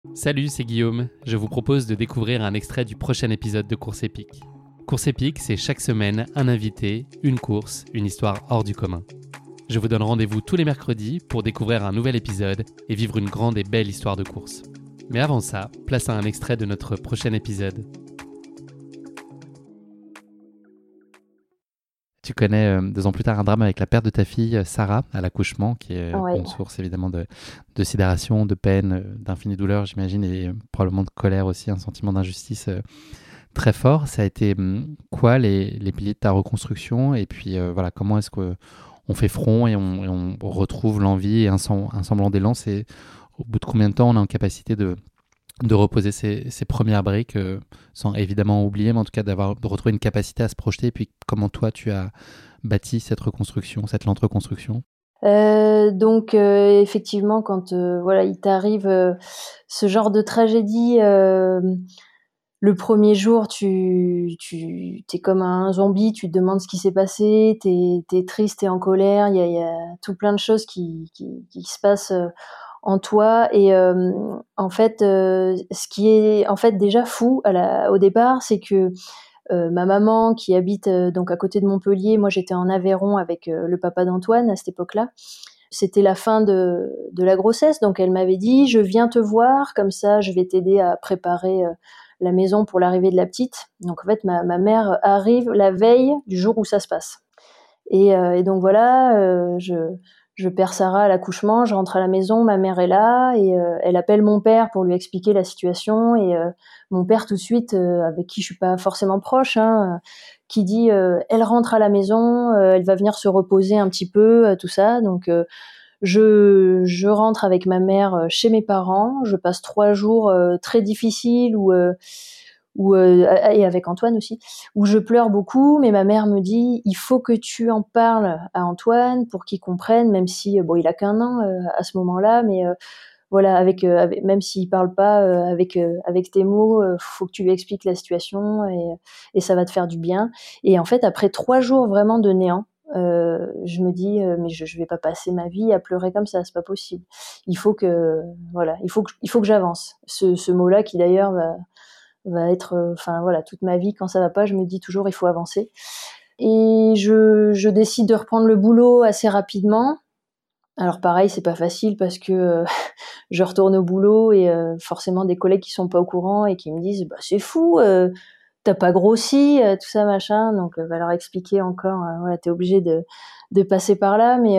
Salut, c'est Guillaume. Je vous propose de découvrir un extrait du prochain épisode de Course épique. Course épique, c'est chaque semaine un invité, une course, une histoire hors du commun. Je vous donne rendez-vous tous les mercredis pour découvrir un nouvel épisode et vivre une grande et belle histoire de course. Mais avant ça, place à un extrait de notre prochain épisode. Tu connais 2 ans plus tard un drame avec la perte de ta fille Sarah à l'accouchement, qui est Ouais. une source évidemment de sidération, de peine, d'infinie douleur, j'imagine, et probablement de colère aussi, un sentiment d'injustice très fort. Ça a été quoi les piliers de ta reconstruction? Et puis voilà, comment est-ce qu'on fait front et on retrouve l'envie et un semblant d'élan? C'est au bout de combien de temps on est en capacité de reposer ces premières briques, sans évidemment oublier, mais en tout cas de retrouver une capacité à se projeter. Et puis comment toi tu as bâti cette reconstruction, cette lente reconstruction? Donc effectivement, quand voilà, il t'arrive ce genre de tragédie, le premier jour, t'es comme un zombie, tu te demandes ce qui s'est passé, t'es triste, t'es en colère, il y a tout plein de choses qui se passent en toi. Et en fait, ce qui est en fait déjà fou au départ, c'est que ma maman qui habite donc à côté de Montpellier, moi j'étais en Aveyron avec le papa d'Antoine à cette époque-là. C'était la fin de la grossesse, donc elle m'avait dit je viens te voir, comme ça je vais t'aider à préparer la maison pour l'arrivée de la petite. Donc en fait ma mère arrive la veille du jour où ça se passe. Et donc voilà, je perds Sarah à l'accouchement, je rentre à la maison, ma mère est là et elle appelle mon père pour lui expliquer la situation. Et mon père tout de suite, avec qui je suis pas forcément proche, qui dit elle rentre à la maison, elle va venir se reposer un petit peu, tout ça. Donc je rentre avec ma mère chez mes parents, je passe 3 jours très difficiles et avec Antoine aussi, où je pleure beaucoup, mais ma mère me dit il faut que tu en parles à Antoine pour qu'il comprenne, même si bon il a qu'1 an à ce moment-là, mais voilà, même s'il parle pas avec tes mots, faut que tu lui expliques la situation et ça va te faire du bien. Et en fait, après 3 jours vraiment de néant, je me dis mais je vais pas passer ma vie à pleurer comme ça, c'est pas possible. Il faut que voilà, il faut que j'avance. Ce mot-là qui d'ailleurs va être, enfin voilà, toute ma vie quand ça va pas, je me dis toujours il faut avancer. Et je décide de reprendre le boulot assez rapidement. Alors pareil, c'est pas facile parce que je retourne au boulot et forcément des collègues qui sont pas au courant et qui me disent bah c'est fou, t'as pas grossi, tout ça machin. Donc va leur expliquer encore, voilà, t'es obligé de passer par là, mais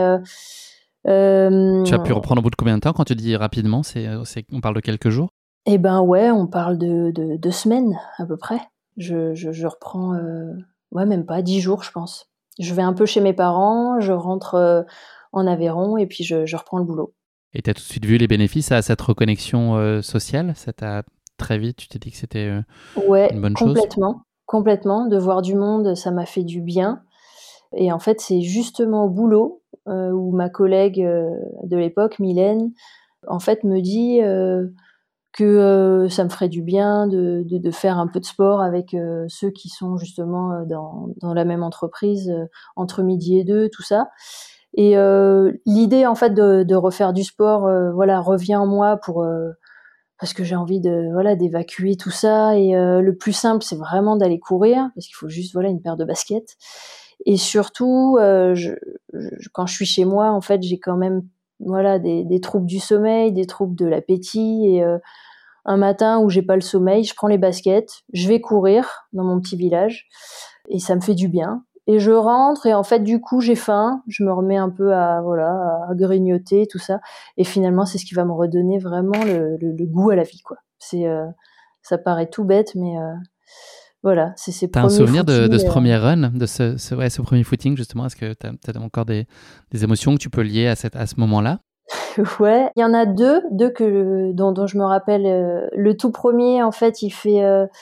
Tu as pu reprendre au bout de combien de temps? Quand tu dis rapidement, on parle de quelques jours? eh ben ouais, on parle de 2 semaines à peu près. Je reprends, ouais, même pas 10 jours, je pense. Je vais un peu chez mes parents, je rentre en Aveyron et puis je reprends le boulot. Et tu as tout de suite vu les bénéfices à cette reconnexion sociale? Ça t'a très vite, tu t'es dit que c'était une Ouais, bonne chose? complètement, complètement. De voir du monde, ça m'a fait du bien. Et en fait, c'est justement au boulot où ma collègue de l'époque, Mylène, en fait, me dit que ça me ferait du bien de faire un peu de sport avec ceux qui sont justement dans la même entreprise, entre midi et deux, tout ça. Et l'idée en fait de refaire du sport, voilà, revient en moi parce que j'ai envie voilà, d'évacuer tout ça. Et le plus simple, c'est vraiment d'aller courir parce qu'il faut juste, voilà, une paire de baskets. Et surtout, quand je suis chez moi, en fait, j'ai quand même, voilà, des troubles du sommeil, des troubles de l'appétit. Et un matin où j'ai pas le sommeil, je prends les baskets, je vais courir dans mon petit village et ça me fait du bien. Et je rentre et en fait du coup j'ai faim, je me remets un peu à grignoter tout ça et finalement c'est ce qui va me redonner vraiment le goût à la vie, quoi. Ça paraît tout bête, mais voilà, c'est ces T'as un premiers souvenir de footings. ce premier run, de ce premier footing justement? Est-ce que t'as encore des émotions que tu peux lier à ce moment-là? Ouais, il y en a dont je me rappelle. Le tout premier, en fait, il fait,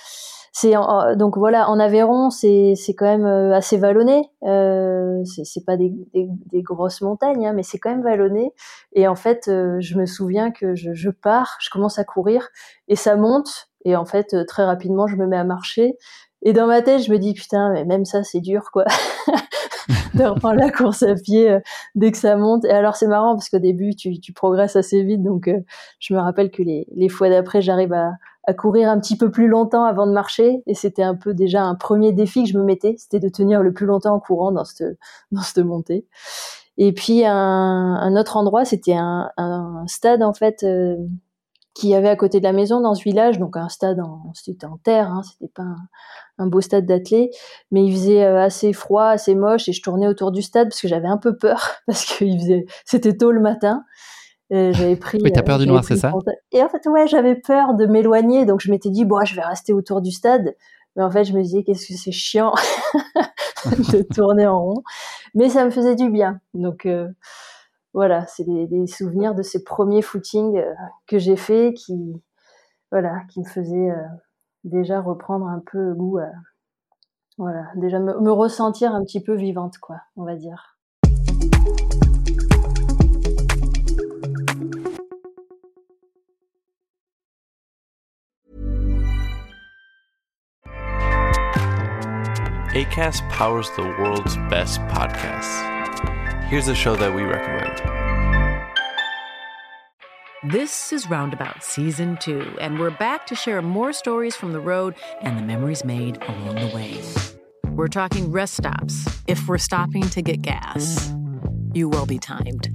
donc voilà, en Aveyron, c'est quand même assez vallonné. C'est pas des grosses montagnes, hein, mais c'est quand même vallonné. Et en fait, je me souviens que je pars, je commence à courir et ça monte. Et en fait, très rapidement, je me mets à marcher. Et dans ma tête, je me dis putain, mais même ça, c'est dur, quoi. de reprendre la course à pied dès que ça monte. Et alors c'est marrant parce qu'au début tu progresses assez vite, donc je me rappelle que les fois d'après j'arrive à courir un petit peu plus longtemps avant de marcher, et c'était un peu déjà un premier défi que je me mettais, c'était de tenir le plus longtemps en courant dans cette montée. Et puis un autre endroit, c'était un stade en fait qu'il y avait à côté de la maison dans ce village, donc un stade c'était en terre, hein, c'était pas un beau stade d'athlée, mais il faisait assez froid, assez moche, et je tournais autour du stade parce que j'avais un peu peur parce que c'était tôt le matin. Et j'avais pris. Oui, t'as peur du noir, c'est ça? Et en fait, ouais, j'avais peur de m'éloigner, donc je m'étais dit bon, je vais rester autour du stade. Mais en fait, je me disais qu'est-ce que c'est chiant de tourner en rond, mais ça me faisait du bien. Donc voilà, c'est des souvenirs de ces premiers footings que j'ai fait qui me faisaient déjà reprendre un peu goût, déjà me ressentir un petit peu vivante, quoi, on va dire. Acast powers the world's best podcasts. Here's a show that we recommend. This is Roundabout Season 2, and we're back to share more stories from the road and the memories made along the way. We're talking rest stops, if we're stopping to get gas. You will be timed.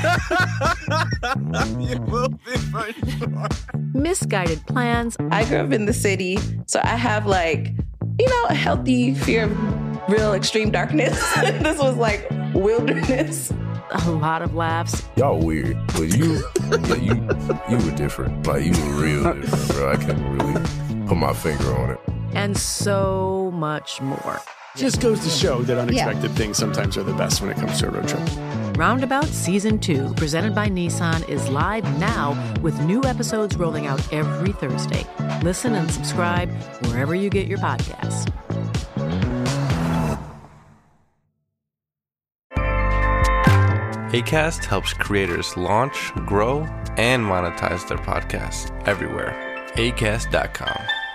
You will be for sure. Misguided plans. I grew up in the city, so I have a healthy fear of real extreme darkness. This was like wilderness. A lot of laughs. Y'all weird, but you were different. Like, you were real different, bro. I can't really put my finger on it. And so much more. Just goes to show that unexpected things sometimes are the best when it comes to a road trip. Roundabout Season 2, presented by Nissan, is live now with new episodes rolling out every Thursday. Listen and subscribe wherever you get your podcasts. Acast helps creators launch, grow, and monetize their podcasts everywhere. Acast.com.